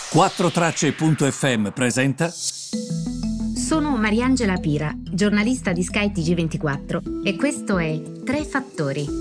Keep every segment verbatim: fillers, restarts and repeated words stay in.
quattro tracce punto effe emme presenta. Sono Mariangela Pira, giornalista di Sky T G ventiquattro e questo è Tre Fattori.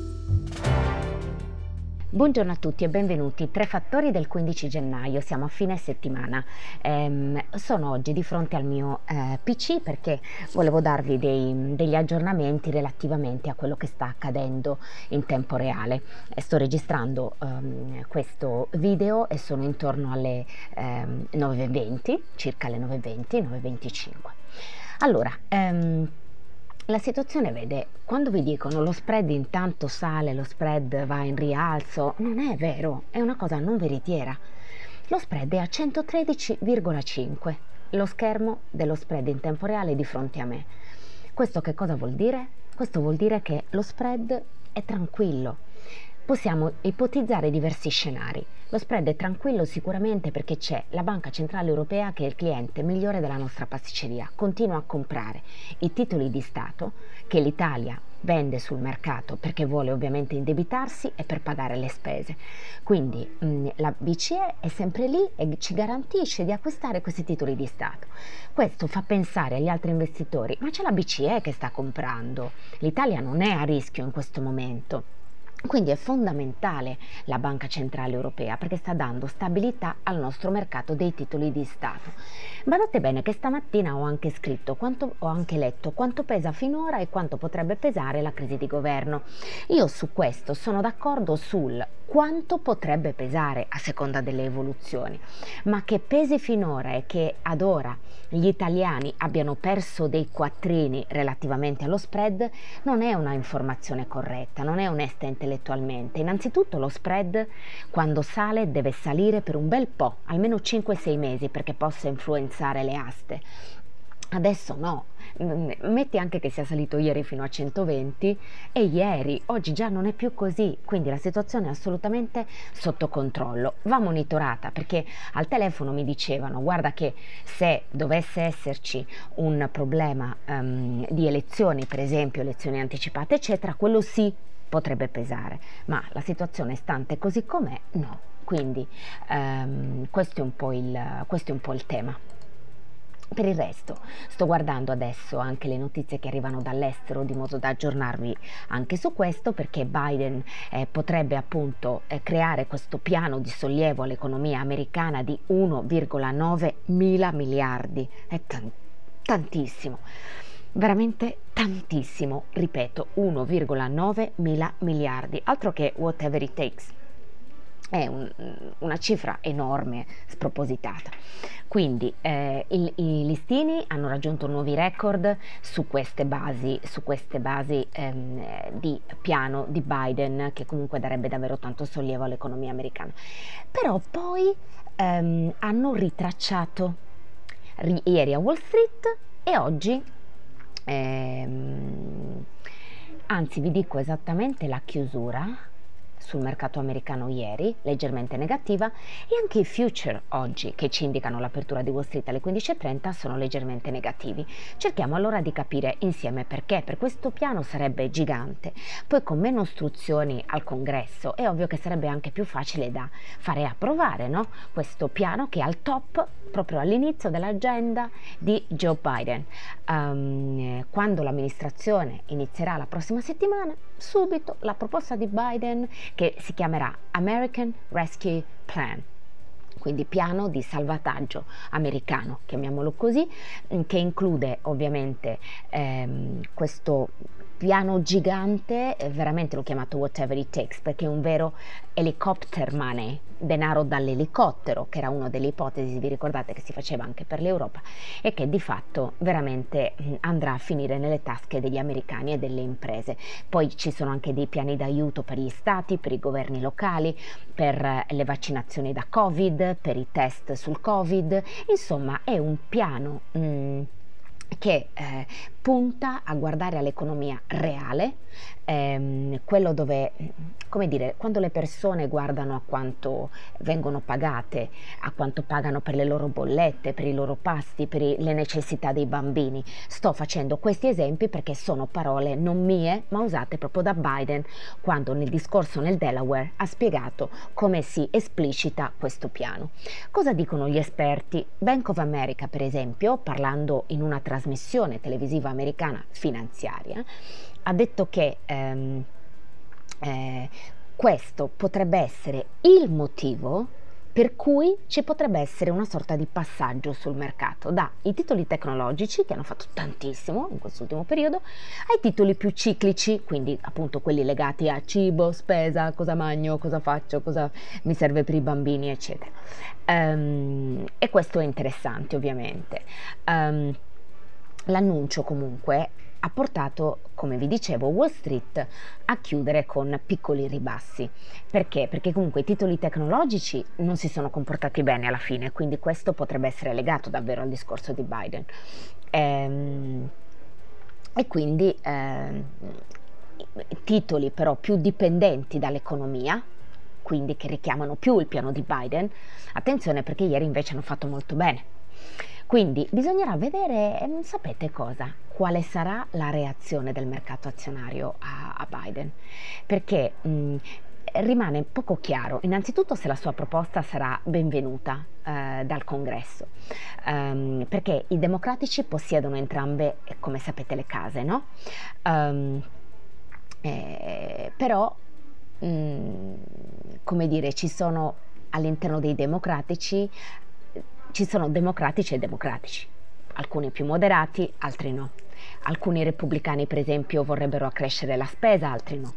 Buongiorno a tutti e benvenuti. Tre Fattori del quindici gennaio, siamo a fine settimana. Ehm, sono oggi di fronte al mio eh, P C perché volevo darvi dei, degli aggiornamenti relativamente a quello che sta accadendo in tempo reale. E sto registrando ehm, questo video e sono intorno alle ehm, nove e venti, circa alle nove e venti, nove e venticinque. Allora, ehm, la situazione, vede, quando vi dicono lo spread intanto sale, lo spread va in rialzo, non è vero, è una cosa non veritiera. Lo spread è a centotredici virgola cinque, lo schermo dello spread in tempo reale di fronte a me. Questo che cosa vuol dire? Questo vuol dire che lo spread è tranquillo. Possiamo ipotizzare diversi scenari. Lo spread è tranquillo sicuramente perché c'è la Banca Centrale Europea, che è il cliente migliore della nostra pasticceria, continua a comprare i titoli di Stato che l'Italia vende sul mercato perché vuole ovviamente indebitarsi e per pagare le spese. Quindi mh, la B C E è sempre lì e ci garantisce di acquistare questi titoli di Stato. Questo fa pensare agli altri investitori, ma c'è la B C E che sta comprando, l'Italia non è a rischio in questo momento. Quindi è fondamentale la Banca Centrale Europea perché sta dando stabilità al nostro mercato dei titoli di Stato. Badate bene che stamattina ho anche scritto, quanto, ho anche letto quanto pesa finora e quanto potrebbe pesare la crisi di governo. Io su questo sono d'accordo sul quanto potrebbe pesare a seconda delle evoluzioni, ma che pesi finora e che ad ora gli italiani abbiano perso dei quattrini relativamente allo spread non è una informazione corretta, non è onesta intellettualmente. Innanzitutto lo spread quando sale deve salire per un bel po', almeno cinque sei mesi, perché possa influenzare le aste. Adesso no, metti anche che sia salito ieri fino a centoventi e ieri, oggi già non è più così, quindi la situazione è assolutamente sotto controllo. Va monitorata perché al telefono mi dicevano guarda che se dovesse esserci un problema um, di elezioni, per esempio elezioni anticipate eccetera, quello sì potrebbe pesare, ma la situazione stante così com'è no, quindi um, questo è un po' il, questo è un po' il tema. Per il resto sto guardando adesso anche le notizie che arrivano dall'estero di modo da aggiornarvi anche su questo, perché Biden eh, potrebbe appunto eh, creare questo piano di sollievo all'economia americana di uno virgola nove mila miliardi. È tan- tantissimo, veramente tantissimo, ripeto, uno virgola nove mila miliardi, altro che whatever it takes. È un, una cifra enorme, spropositata. Quindi eh, il, i listini hanno raggiunto nuovi record su queste basi, su queste basi ehm, di piano di Biden, che comunque darebbe davvero tanto sollievo all'economia americana. Però poi ehm, hanno ritracciato ri- ieri a Wall Street e oggi, ehm, anzi vi dico esattamente la chiusura sul mercato americano ieri, leggermente negativa, e anche i future oggi, che ci indicano l'apertura di Wall Street alle quindici e trenta, sono leggermente negativi. Cerchiamo allora di capire insieme perché. Per questo piano sarebbe gigante, poi con meno istruzioni al Congresso è ovvio che sarebbe anche più facile da fare approvare, no? Questo piano che è al top proprio all'inizio dell'agenda di Joe Biden. Um, quando l'amministrazione inizierà la prossima settimana, subito la proposta di Biden, che si chiamerà American Rescue Plan, quindi piano di salvataggio americano, chiamiamolo così, che include ovviamente ehm, questo piano gigante, veramente l'ho chiamato whatever it takes perché è un vero helicopter money, denaro dall'elicottero, che era una delle ipotesi, vi ricordate, che si faceva anche per l'Europa e che di fatto veramente andrà a finire nelle tasche degli americani e delle imprese. Poi ci sono anche dei piani d'aiuto per gli stati, per i governi locali, per le vaccinazioni da Covid, per i test sul Covid, insomma è un piano mh, che eh, punta a guardare all'economia reale, ehm, quello dove, come dire, quando le persone guardano a quanto vengono pagate, a quanto pagano per le loro bollette, per i loro pasti, per i- le necessità dei bambini. Sto facendo questi esempi perché sono parole non mie, ma usate proprio da Biden quando nel discorso nel Delaware ha spiegato come si esplicita questo piano. Cosa dicono gli esperti? Bank of America, per esempio, parlando in una trasmissione televisiva americana finanziaria, ha detto che ehm, eh, questo potrebbe essere il motivo per cui ci potrebbe essere una sorta di passaggio sul mercato dai titoli tecnologici, che hanno fatto tantissimo in quest'ultimo periodo, ai titoli più ciclici, quindi appunto quelli legati a cibo, spesa, cosa mangio, cosa faccio, cosa mi serve per i bambini, eccetera. Ehm, e questo è interessante, ovviamente. Ehm, L'annuncio comunque ha portato, come vi dicevo, Wall Street a chiudere con piccoli ribassi. Perché? Perché comunque i titoli tecnologici non si sono comportati bene alla fine, quindi questo potrebbe essere legato davvero al discorso di Biden. Ehm, e quindi ehm, titoli però più dipendenti dall'economia, quindi che richiamano più il piano di Biden, attenzione perché ieri invece hanno fatto molto bene. Quindi bisognerà vedere, ehm, sapete cosa? Quale sarà la reazione del mercato azionario a, a Biden? Perché mh, rimane poco chiaro, innanzitutto se la sua proposta sarà benvenuta eh, dal Congresso, Ehm, perché i democratici possiedono entrambe, eh, come sapete, le case, no? Ehm, eh, però, mh, come dire, ci sono all'interno dei democratici ci sono democratici e democratici, alcuni più moderati, altri no. Alcuni repubblicani, per esempio, vorrebbero accrescere la spesa, altri no.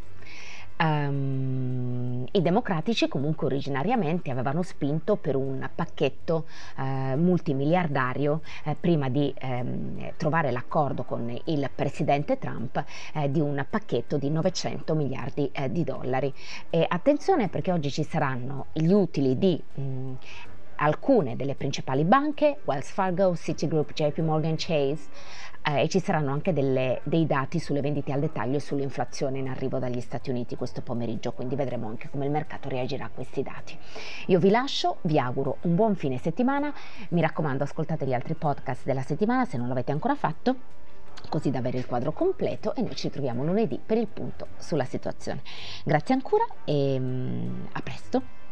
Um, I democratici comunque originariamente avevano spinto per un pacchetto eh, multimiliardario eh, prima di ehm, trovare l'accordo con il presidente Trump eh, di un pacchetto di novecento miliardi eh, di dollari. E attenzione perché oggi ci saranno gli utili di mh, alcune delle principali banche, Wells Fargo, Citigroup, J P Morgan Chase, eh, e ci saranno anche delle, dei dati sulle vendite al dettaglio e sull'inflazione in arrivo dagli Stati Uniti questo pomeriggio, quindi vedremo anche come il mercato reagirà a questi dati. Io vi lascio, vi auguro un buon fine settimana, mi raccomando ascoltate gli altri podcast della settimana se non l'avete ancora fatto, così da avere il quadro completo, e noi ci troviamo lunedì per il punto sulla situazione. Grazie ancora e mm, a presto.